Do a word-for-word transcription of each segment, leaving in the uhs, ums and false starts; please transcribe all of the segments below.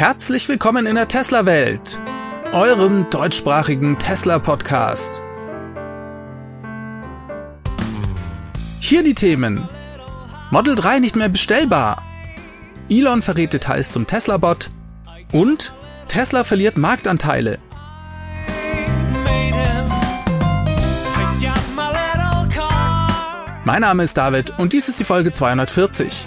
Herzlich willkommen in der Tesla-Welt, eurem deutschsprachigen Tesla-Podcast. Hier die Themen: Model drei nicht mehr bestellbar, Elon verrät Details zum Tesla-Bot und Tesla verliert Marktanteile. Mein Name ist David und dies ist die Folge zweihundertvierzig.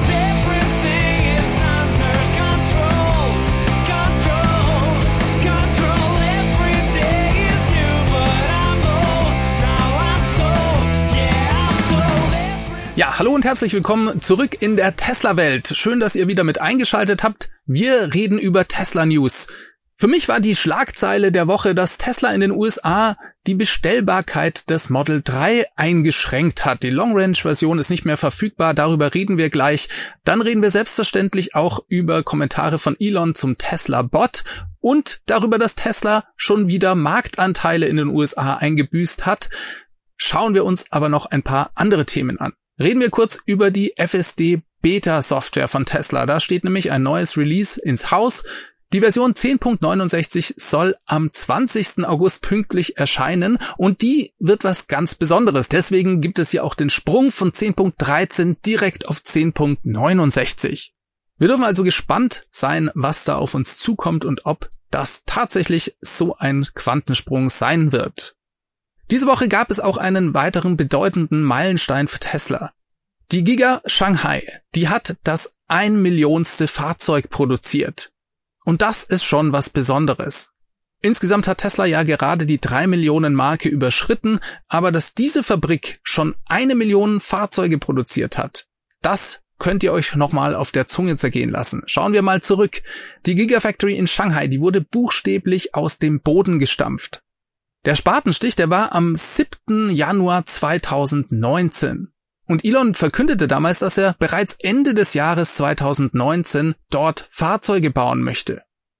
Ja, hallo und herzlich willkommen zurück in der Tesla-Welt. Schön, dass ihr wieder mit eingeschaltet habt. Wir reden über Tesla-News. Für mich war die Schlagzeile der Woche, dass Tesla in den U S A die Bestellbarkeit des Model drei eingeschränkt hat. Die Long-Range-Version ist nicht mehr verfügbar, darüber reden wir gleich. Dann reden wir selbstverständlich auch über Kommentare von Elon zum Tesla-Bot und darüber, dass Tesla schon wieder Marktanteile in den U S A eingebüßt hat. Schauen wir uns aber noch ein paar andere Themen an. Reden wir kurz über die F S D-Beta-Software von Tesla. Da steht nämlich ein neues Release ins Haus. Die Version zehn Punkt neunundsechzig soll am zwanzigsten August pünktlich erscheinen und die wird was ganz Besonderes. Deswegen gibt es ja auch den Sprung von zehn Punkt dreizehn direkt auf zehn Punkt neunundsechzig. Wir dürfen also gespannt sein, was da auf uns zukommt und ob das tatsächlich so ein Quantensprung sein wird. Diese Woche gab es auch einen weiteren bedeutenden Meilenstein für Tesla. Die Giga Shanghai, die hat das ein Millionste Fahrzeug produziert. Und das ist schon was Besonderes. Insgesamt hat Tesla ja gerade die drei Millionen Marke überschritten, aber dass diese Fabrik schon eine Million Fahrzeuge produziert hat, das könnt ihr euch nochmal auf der Zunge zergehen lassen. Schauen wir mal zurück. Die Gigafactory in Shanghai, die wurde buchstäblich aus dem Boden gestampft. Der Spatenstich, der war am siebten Januar zweitausendneunzehn. Und Elon verkündete damals, dass er bereits Ende des Jahres zweitausendneunzehn dort Fahrzeuge bauen möchte.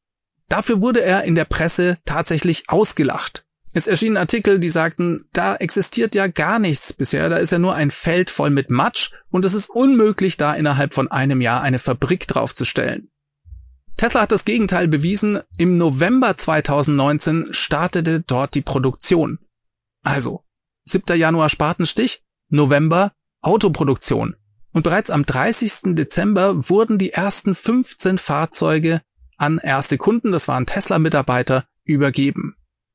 Dafür wurde er in der Presse tatsächlich ausgelacht. Es erschienen Artikel, die sagten, da existiert ja gar nichts bisher, da ist ja nur ein Feld voll mit Matsch und es ist unmöglich, da innerhalb von einem Jahr eine Fabrik draufzustellen. Tesla hat das Gegenteil bewiesen. Im November zweitausendneunzehn startete dort die Produktion. Also, siebten Januar Spatenstich, November Autoproduktion. Und bereits am dreißigsten Dezember wurden die ersten fünfzehn Fahrzeuge an erste Kunden, das waren Tesla-Mitarbeiter, übergeben.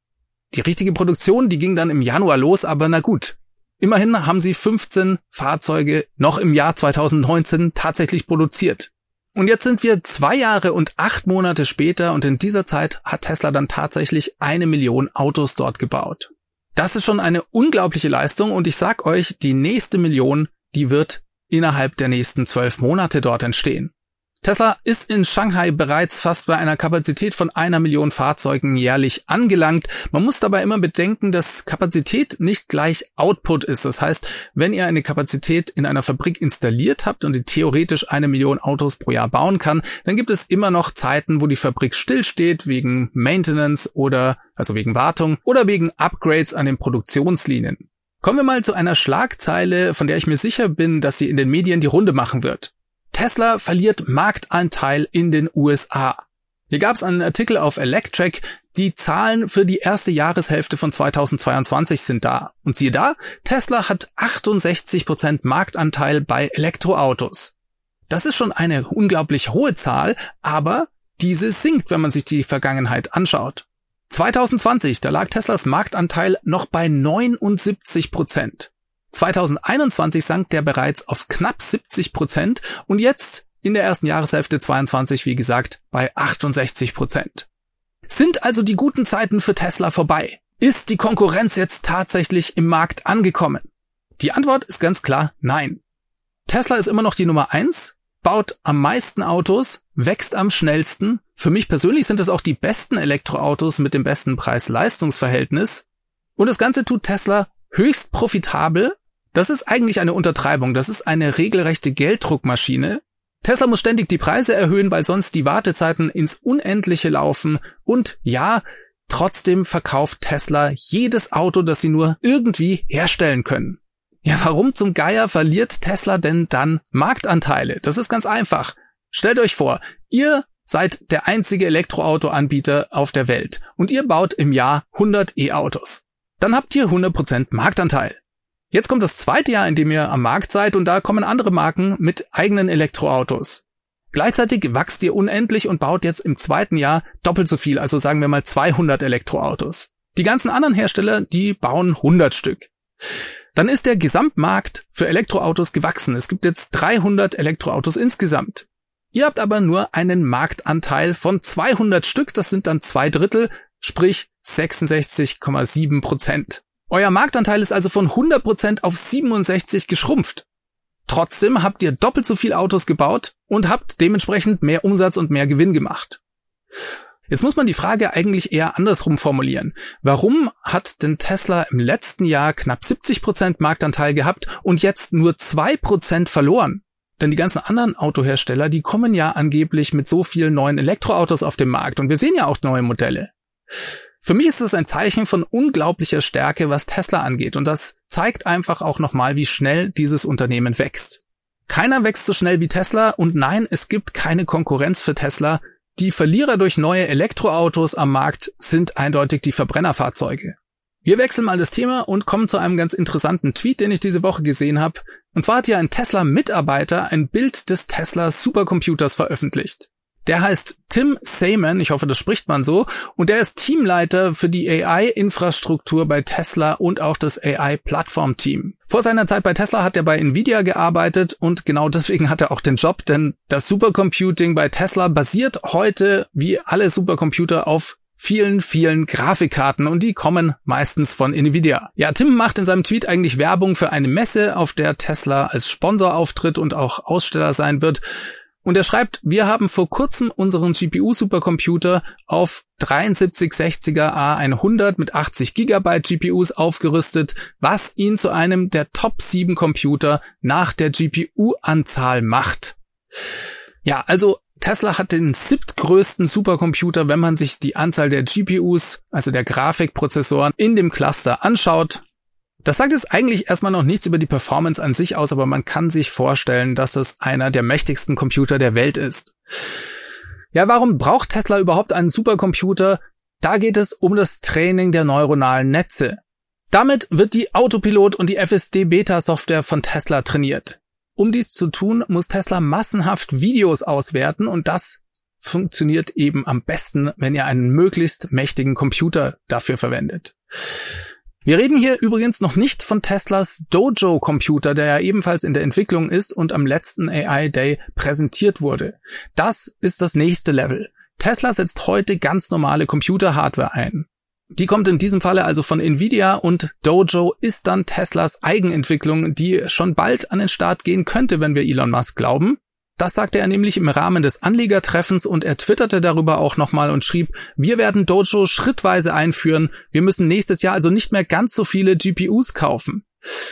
Die richtige Produktion, die ging dann im Januar los, aber na gut. Immerhin haben sie fünfzehn Fahrzeuge noch im Jahr zweitausendneunzehn tatsächlich produziert. Und jetzt sind wir zwei Jahre und acht Monate später und in dieser Zeit hat Tesla dann tatsächlich eine Million Autos dort gebaut. Das ist schon eine unglaubliche Leistung und ich sag euch, die nächste Million, die wird innerhalb der nächsten zwölf Monate dort entstehen. Tesla ist in Shanghai bereits fast bei einer Kapazität von einer Million Fahrzeugen jährlich angelangt. Man muss dabei immer bedenken, dass Kapazität nicht gleich Output ist. Das heißt, wenn ihr eine Kapazität in einer Fabrik installiert habt und die theoretisch eine Million Autos pro Jahr bauen kann, dann gibt es immer noch Zeiten, wo die Fabrik stillsteht wegen Maintenance oder also wegen Wartung oder wegen Upgrades an den Produktionslinien. Kommen wir mal zu einer Schlagzeile, von der ich mir sicher bin, dass sie in den Medien die Runde machen wird. Tesla verliert Marktanteil in den U S A. Hier gab es einen Artikel auf Electrek, die Zahlen für die erste Jahreshälfte von zweitausendzweiundzwanzig sind da. Und siehe da, Tesla hat achtundsechzig Prozent Marktanteil bei Elektroautos. Das ist schon eine unglaublich hohe Zahl, aber diese sinkt, wenn man sich die Vergangenheit anschaut. zweitausendzwanzig, da lag Teslas Marktanteil noch bei neunundsiebzig Prozent. zweitausendeinundzwanzig sank der bereits auf knapp siebzig Prozent und jetzt in der ersten Jahreshälfte zweiundzwanzig, wie gesagt, bei achtundsechzig Prozent. Sind also die guten Zeiten für Tesla vorbei? Ist die Konkurrenz jetzt tatsächlich im Markt angekommen? Die Antwort ist ganz klar nein. Tesla ist immer noch die Nummer eins, baut am meisten Autos, wächst am schnellsten. Für mich persönlich sind es auch die besten Elektroautos mit dem besten Preis-Leistungs-Verhältnis. Und das Ganze tut Tesla höchst profitabel. Das ist eigentlich eine Untertreibung. Das ist eine regelrechte Gelddruckmaschine. Tesla muss ständig die Preise erhöhen, weil sonst die Wartezeiten ins Unendliche laufen. Und ja, trotzdem verkauft Tesla jedes Auto, das sie nur irgendwie herstellen können. Ja, warum zum Geier verliert Tesla denn dann Marktanteile? Das ist ganz einfach. Stellt euch vor, ihr seid der einzige Elektroauto-Anbieter auf der Welt und ihr baut im Jahr hundert E-Autos. Dann habt ihr hundert Prozent Marktanteil. Jetzt kommt das zweite Jahr, in dem ihr am Markt seid und da kommen andere Marken mit eigenen Elektroautos. Gleichzeitig wächst ihr unendlich und baut jetzt im zweiten Jahr doppelt so viel, also sagen wir mal zweihundert Elektroautos. Die ganzen anderen Hersteller, die bauen hundert Stück. Dann ist der Gesamtmarkt für Elektroautos gewachsen. Es gibt jetzt dreihundert Elektroautos insgesamt. Ihr habt aber nur einen Marktanteil von zweihundert Stück, das sind dann zwei Drittel, sprich sechsundsechzig Komma sieben Prozent. Euer Marktanteil ist also von hundert Prozent auf siebenundsechzig geschrumpft. Trotzdem habt ihr doppelt so viel Autos gebaut und habt dementsprechend mehr Umsatz und mehr Gewinn gemacht. Jetzt muss man die Frage eigentlich eher andersrum formulieren. Warum hat denn Tesla im letzten Jahr knapp siebzig Prozent Marktanteil gehabt und jetzt nur zwei Prozent verloren? Denn die ganzen anderen Autohersteller, die kommen ja angeblich mit so vielen neuen Elektroautos auf den Markt und wir sehen ja auch neue Modelle. Für mich ist das ein Zeichen von unglaublicher Stärke, was Tesla angeht und das zeigt einfach auch nochmal, wie schnell dieses Unternehmen wächst. Keiner wächst so schnell wie Tesla und nein, es gibt keine Konkurrenz für Tesla. Die Verlierer durch neue Elektroautos am Markt sind eindeutig die Verbrennerfahrzeuge. Wir wechseln mal das Thema und kommen zu einem ganz interessanten Tweet, den ich diese Woche gesehen habe. Und zwar hat hier ein Tesla-Mitarbeiter ein Bild des Tesla Supercomputers veröffentlicht. Der heißt Tim Saman, ich hoffe, das spricht man so, und der ist Teamleiter für die A I-Infrastruktur bei Tesla und auch das A I-Plattform-Team. Vor seiner Zeit bei Tesla hat er bei Nvidia gearbeitet und genau deswegen hat er auch den Job, denn das Supercomputing bei Tesla basiert heute wie alle Supercomputer auf vielen, vielen Grafikkarten und die kommen meistens von Nvidia. Ja, Tim macht in seinem Tweet eigentlich Werbung für eine Messe, auf der Tesla als Sponsor auftritt und auch Aussteller sein wird. Und er schreibt, wir haben vor kurzem unseren G P U-Supercomputer auf dreiundsiebzig sechziger A hundert mit achtzig Gigabyte G P Us aufgerüstet, was ihn zu einem der Top sieben Computer nach der G P U-Anzahl macht. Ja, also Tesla hat den siebtgrößten Supercomputer, wenn man sich die Anzahl der G P Us, also der Grafikprozessoren, in dem Cluster anschaut. Das sagt jetzt eigentlich erstmal noch nichts über die Performance an sich aus, aber man kann sich vorstellen, dass das einer der mächtigsten Computer der Welt ist. Ja, warum braucht Tesla überhaupt einen Supercomputer? Da geht es um das Training der neuronalen Netze. Damit wird die Autopilot und die F S D-Beta-Software von Tesla trainiert. Um dies zu tun, muss Tesla massenhaft Videos auswerten und das funktioniert eben am besten, wenn ihr einen möglichst mächtigen Computer dafür verwendet. Wir reden hier übrigens noch nicht von Teslas Dojo-Computer, der ja ebenfalls in der Entwicklung ist und am letzten A I Day präsentiert wurde. Das ist das nächste Level. Tesla setzt heute ganz normale Computer-Hardware ein. Die kommt in diesem Falle also von Nvidia und Dojo ist dann Teslas Eigenentwicklung, die schon bald an den Start gehen könnte, wenn wir Elon Musk glauben. Das sagte er nämlich im Rahmen des Anlegertreffens und er twitterte darüber auch nochmal und schrieb, wir werden Dojo schrittweise einführen, wir müssen nächstes Jahr also nicht mehr ganz so viele G P Us kaufen.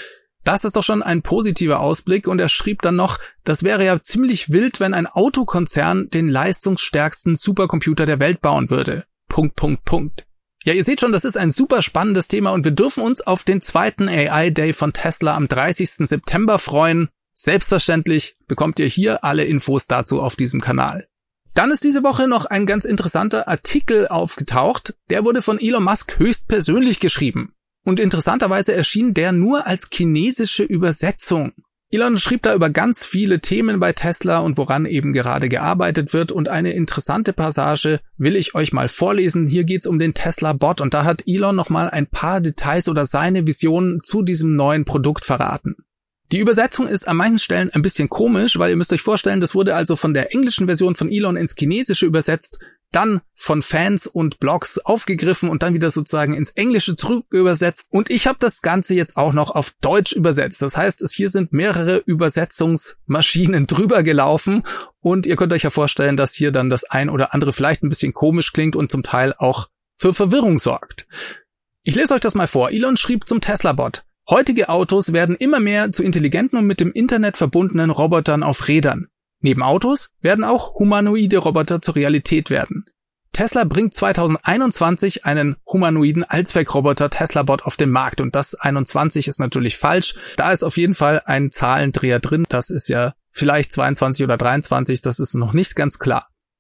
Das ist doch schon ein positiver Ausblick und er schrieb dann noch, das wäre ja ziemlich wild, wenn ein Autokonzern den leistungsstärksten Supercomputer der Welt bauen würde. Punkt, Punkt, Punkt. Ja, ihr seht schon, das ist ein super spannendes Thema und wir dürfen uns auf den zweiten A I Day von Tesla am dreißigsten September freuen. Selbstverständlich bekommt ihr hier alle Infos dazu auf diesem Kanal. Dann ist diese Woche noch ein ganz interessanter Artikel aufgetaucht. Der wurde von Elon Musk höchstpersönlich geschrieben. Und interessanterweise erschien der nur als chinesische Übersetzung. Elon schrieb da über ganz viele Themen bei Tesla und woran eben gerade gearbeitet wird. Und eine interessante Passage will ich euch mal vorlesen. Hier geht's um den Tesla-Bot und da hat Elon nochmal ein paar Details oder seine Visionen zu diesem neuen Produkt verraten. Die Übersetzung ist an manchen Stellen ein bisschen komisch, weil ihr müsst euch vorstellen, das wurde also von der englischen Version von Elon ins Chinesische übersetzt, dann von Fans und Blogs aufgegriffen und dann wieder sozusagen ins Englische zurück übersetzt. Und ich habe das Ganze jetzt auch noch auf Deutsch übersetzt. Das heißt, es hier sind mehrere Übersetzungsmaschinen drüber gelaufen und ihr könnt euch ja vorstellen, dass hier dann das ein oder andere vielleicht ein bisschen komisch klingt und zum Teil auch für Verwirrung sorgt. Ich lese euch das mal vor. Elon schrieb zum Tesla-Bot: Heutige Autos werden immer mehr zu intelligenten und mit dem Internet verbundenen Robotern auf Rädern. Neben Autos werden auch humanoide Roboter zur Realität werden. Tesla bringt zweitausendeinundzwanzig einen humanoiden Allzweckroboter Tesla-Bot auf den Markt und das einundzwanzig ist natürlich falsch. Da ist auf jeden Fall ein Zahlendreher drin. Das ist ja vielleicht zweiundzwanzig oder dreiundzwanzig, das ist noch nicht ganz klar.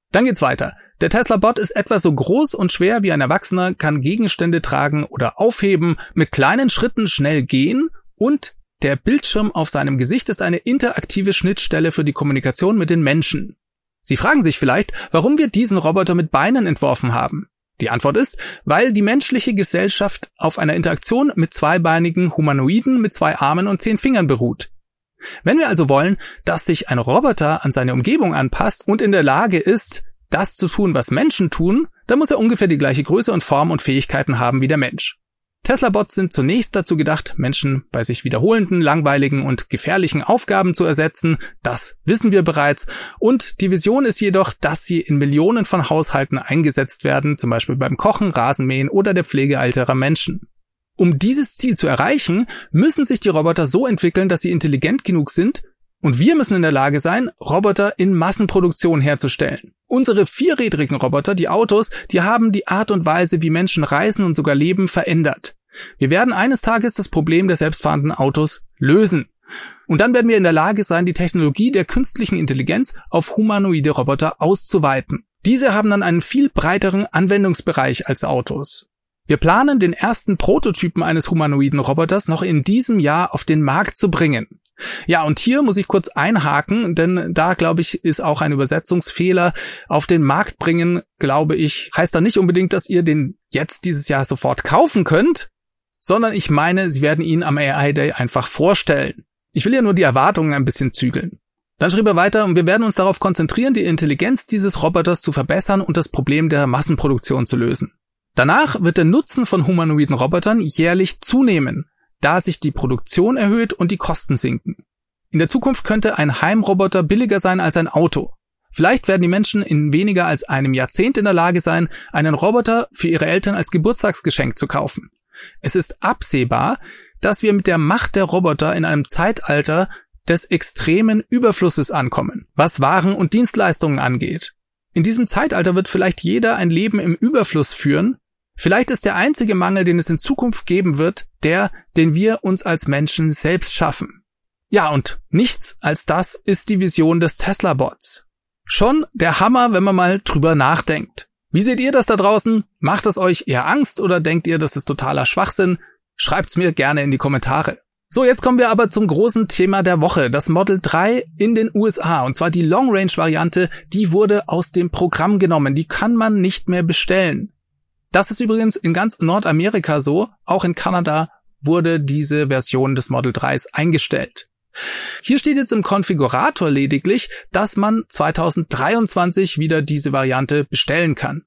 Dann geht's weiter. Der Tesla-Bot ist etwa so groß und schwer wie ein Erwachsener, kann Gegenstände tragen oder aufheben, mit kleinen Schritten schnell gehen und der Bildschirm auf seinem Gesicht ist eine interaktive Schnittstelle für die Kommunikation mit den Menschen. Sie fragen sich vielleicht, warum wir diesen Roboter mit Beinen entworfen haben. Die Antwort ist, weil die menschliche Gesellschaft auf einer Interaktion mit zweibeinigen Humanoiden mit zwei Armen und zehn Fingern beruht. Wenn wir also wollen, dass sich ein Roboter an seine Umgebung anpasst und in der Lage ist, das zu tun, was Menschen tun, dann muss er ungefähr die gleiche Größe und Form und Fähigkeiten haben wie der Mensch. Tesla-Bots sind zunächst dazu gedacht, Menschen bei sich wiederholenden, langweiligen und gefährlichen Aufgaben zu ersetzen. Das wissen wir bereits. Und die Vision ist jedoch, dass sie in Millionen von Haushalten eingesetzt werden, zum Beispiel beim Kochen, Rasenmähen oder der Pflege älterer Menschen. Um dieses Ziel zu erreichen, müssen sich die Roboter so entwickeln, dass sie intelligent genug sind, und wir müssen in der Lage sein, Roboter in Massenproduktion herzustellen. Unsere vierrädrigen Roboter, die Autos, die haben die Art und Weise, wie Menschen reisen und sogar leben, verändert. Wir werden eines Tages das Problem der selbstfahrenden Autos lösen. Und dann werden wir in der Lage sein, die Technologie der künstlichen Intelligenz auf humanoide Roboter auszuweiten. Diese haben dann einen viel breiteren Anwendungsbereich als Autos. Wir planen, den ersten Prototypen eines humanoiden Roboters noch in diesem Jahr auf den Markt zu bringen. Ja, und hier muss ich kurz einhaken, denn da, glaube ich, ist auch ein Übersetzungsfehler. Auf den Markt bringen, glaube ich, heißt da nicht unbedingt, dass ihr den jetzt dieses Jahr sofort kaufen könnt, sondern ich meine, sie werden ihn am A I Day einfach vorstellen. Ich will ja nur die Erwartungen ein bisschen zügeln. Dann schrieb er weiter, und wir werden uns darauf konzentrieren, die Intelligenz dieses Roboters zu verbessern und das Problem der Massenproduktion zu lösen. Danach wird der Nutzen von humanoiden Robotern jährlich zunehmen, da sich die Produktion erhöht und die Kosten sinken. In der Zukunft könnte ein Heimroboter billiger sein als ein Auto. Vielleicht werden die Menschen in weniger als einem Jahrzehnt in der Lage sein, einen Roboter für ihre Eltern als Geburtstagsgeschenk zu kaufen. Es ist absehbar, dass wir mit der Macht der Roboter in einem Zeitalter des extremen Überflusses ankommen, was Waren und Dienstleistungen angeht. In diesem Zeitalter wird vielleicht jeder ein Leben im Überfluss führen. Vielleicht ist der einzige Mangel, den es in Zukunft geben wird, der, den wir uns als Menschen selbst schaffen. Ja, und nichts als das ist die Vision des Tesla-Bots. Schon der Hammer, wenn man mal drüber nachdenkt. Wie seht ihr das da draußen? Macht es euch eher Angst oder denkt ihr, das ist totaler Schwachsinn? Schreibt's mir gerne in die Kommentare. So, jetzt kommen wir aber zum großen Thema der Woche, das Model drei in den U S A, und zwar die Long-Range-Variante, die wurde aus dem Programm genommen, die kann man nicht mehr bestellen. Das ist übrigens in ganz Nordamerika so, auch in Kanada wurde diese Version des Model drei eingestellt. Hier steht jetzt im Konfigurator lediglich, dass man zweitausenddreiundzwanzig wieder diese Variante bestellen kann.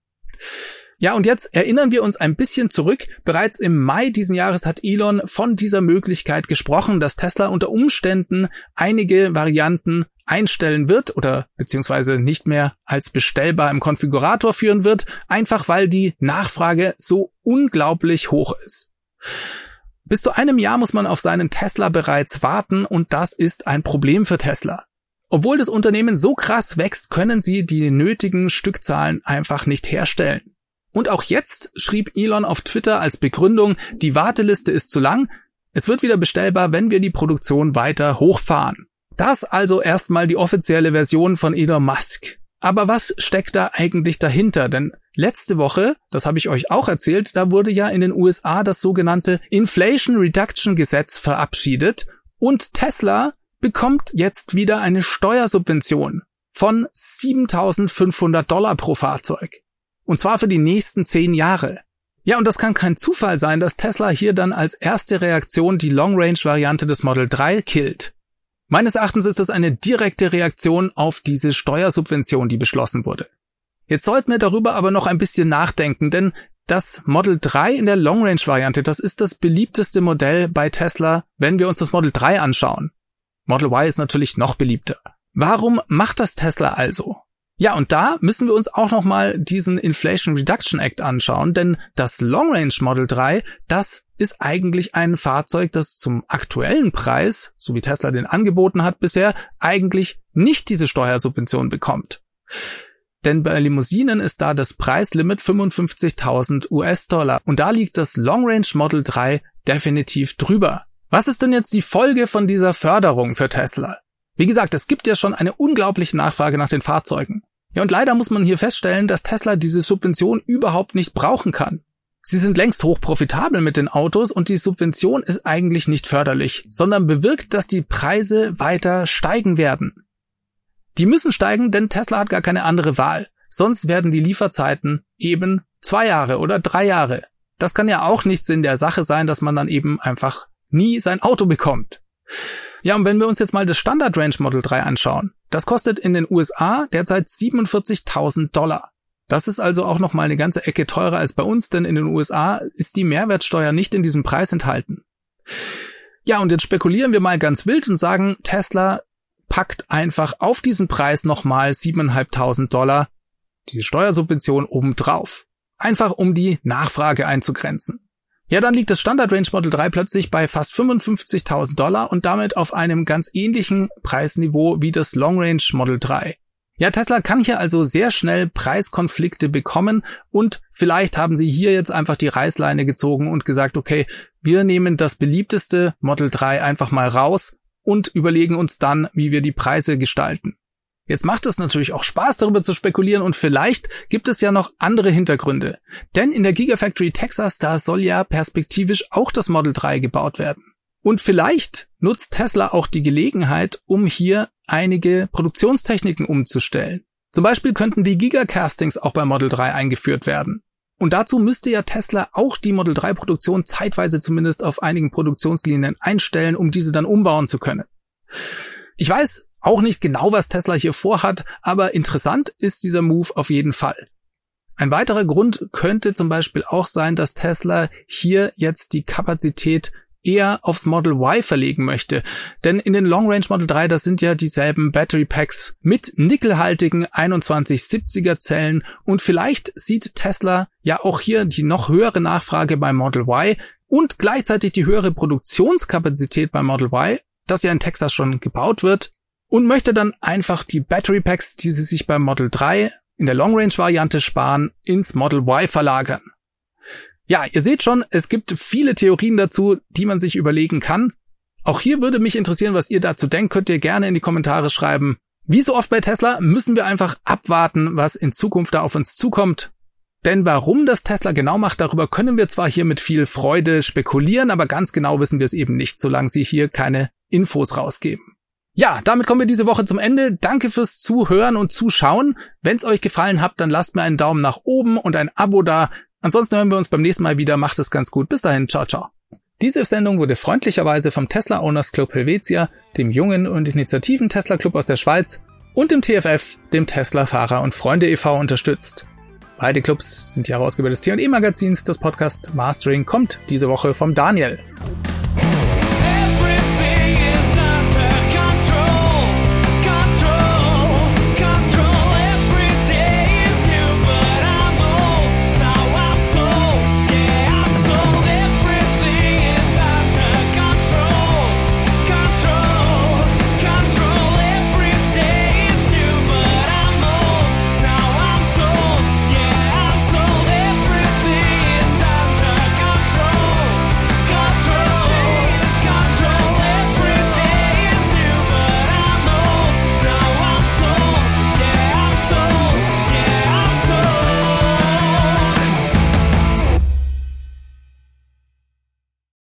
Ja, und jetzt erinnern wir uns ein bisschen zurück. Bereits im Mai diesen Jahres hat Elon von dieser Möglichkeit gesprochen, dass Tesla unter Umständen einige Varianten einstellen wird oder beziehungsweise nicht mehr als bestellbar im Konfigurator führen wird, einfach weil die Nachfrage so unglaublich hoch ist. Bis zu einem Jahr muss man auf seinen Tesla bereits warten und das ist ein Problem für Tesla. Obwohl das Unternehmen so krass wächst, können sie die nötigen Stückzahlen einfach nicht herstellen. Und auch jetzt schrieb Elon auf Twitter als Begründung, die Warteliste ist zu lang, es wird wieder bestellbar, wenn wir die Produktion weiter hochfahren. Das also erstmal die offizielle Version von Elon Musk. Aber was steckt da eigentlich dahinter? Denn letzte Woche, das habe ich euch auch erzählt, da wurde ja in den U S A das sogenannte Inflation Reduction Gesetz verabschiedet und Tesla bekommt jetzt wieder eine Steuersubvention von siebentausendfünfhundert Dollar pro Fahrzeug. Und zwar für die nächsten zehn Jahre. Ja, und das kann kein Zufall sein, dass Tesla hier dann als erste Reaktion die Long-Range-Variante des Model drei killt. Meines Erachtens ist das eine direkte Reaktion auf diese Steuersubvention, die beschlossen wurde. Jetzt sollten wir darüber aber noch ein bisschen nachdenken, denn das Model drei in der Long-Range-Variante, das ist das beliebteste Modell bei Tesla, wenn wir uns das Model drei anschauen. Model Y ist natürlich noch beliebter. Warum macht das Tesla also? Ja, und da müssen wir uns auch nochmal diesen Inflation Reduction Act anschauen, denn das Long Range Model drei, das ist eigentlich ein Fahrzeug, das zum aktuellen Preis, so wie Tesla den angeboten hat bisher, eigentlich nicht diese Steuersubvention bekommt. Denn bei Limousinen ist da das Preislimit fünfundfünfzigtausend US-Dollar und da liegt das Long Range Model drei definitiv drüber. Was ist denn jetzt die Folge von dieser Förderung für Tesla? Wie gesagt, es gibt ja schon eine unglaubliche Nachfrage nach den Fahrzeugen. Ja, und leider muss man hier feststellen, dass Tesla diese Subvention überhaupt nicht brauchen kann. Sie sind längst hochprofitabel mit den Autos und die Subvention ist eigentlich nicht förderlich, sondern bewirkt, dass die Preise weiter steigen werden. Die müssen steigen, denn Tesla hat gar keine andere Wahl. Sonst werden die Lieferzeiten eben zwei Jahre oder drei Jahre. Das kann ja auch nicht Sinn der Sache sein, dass man dann eben einfach nie sein Auto bekommt. Ja, und wenn wir uns jetzt mal das Standard Range Model drei anschauen, das kostet in den U S A derzeit siebenundvierzigtausend Dollar. Das ist also auch noch mal eine ganze Ecke teurer als bei uns, denn in den U S A ist die Mehrwertsteuer nicht in diesem Preis enthalten. Ja, und jetzt spekulieren wir mal ganz wild und sagen, Tesla packt einfach auf diesen Preis nochmal siebentausendfünfhundert Dollar, diese Steuersubvention obendrauf. Einfach um die Nachfrage einzugrenzen. Ja, dann liegt das Standard Range Model drei plötzlich bei fast fünfundfünfzigtausend Dollar und damit auf einem ganz ähnlichen Preisniveau wie das Long Range Model drei. Ja, Tesla kann hier also sehr schnell Preiskonflikte bekommen und vielleicht haben sie hier jetzt einfach die Reißleine gezogen und gesagt, okay, wir nehmen das beliebteste Model drei einfach mal raus und überlegen uns dann, wie wir die Preise gestalten. Jetzt macht es natürlich auch Spaß, darüber zu spekulieren und vielleicht gibt es ja noch andere Hintergründe. Denn in der Gigafactory Texas, da soll ja perspektivisch auch das Model drei gebaut werden. Und vielleicht nutzt Tesla auch die Gelegenheit, um hier einige Produktionstechniken umzustellen. Zum Beispiel könnten die Gigacastings auch bei Model drei eingeführt werden. Und dazu müsste ja Tesla auch die Model drei Produktion zeitweise zumindest auf einigen Produktionslinien einstellen, um diese dann umbauen zu können. Ich weiß auch nicht genau, was Tesla hier vorhat, aber interessant ist dieser Move auf jeden Fall. Ein weiterer Grund könnte zum Beispiel auch sein, dass Tesla hier jetzt die Kapazität eher aufs Model Y verlegen möchte. Denn in den Long Range Model drei, das sind ja dieselben Battery Packs mit nickelhaltigen einundzwanzig siebziger Zellen und vielleicht sieht Tesla ja auch hier die noch höhere Nachfrage beim Model Y und gleichzeitig die höhere Produktionskapazität beim Model Y, das ja in Texas schon gebaut wird, und möchte dann einfach die Battery Packs, die sie sich beim Model drei in der Long Range Variante sparen, ins Model Y verlagern. Ja, ihr seht schon, es gibt viele Theorien dazu, die man sich überlegen kann. Auch hier würde mich interessieren, was ihr dazu denkt, könnt ihr gerne in die Kommentare schreiben. Wie so oft bei Tesla müssen wir einfach abwarten, was in Zukunft da auf uns zukommt. Denn warum das Tesla genau macht, darüber können wir zwar hier mit viel Freude spekulieren, aber ganz genau wissen wir es eben nicht, solange sie hier keine Infos rausgeben. Ja, damit kommen wir diese Woche zum Ende. Danke fürs Zuhören und Zuschauen. Wenn es euch gefallen hat, dann lasst mir einen Daumen nach oben und ein Abo da. Ansonsten hören wir uns beim nächsten Mal wieder. Macht es ganz gut. Bis dahin. Ciao, ciao. Diese Sendung wurde freundlicherweise vom Tesla Owners Club Helvetia, dem Jungen und Initiativen Tesla Club aus der Schweiz und dem T F F, dem Tesla Fahrer und Freunde e V unterstützt. Beide Clubs sind die Herausgeber des T und E Magazins. Das Podcast Mastering kommt diese Woche vom Daniel.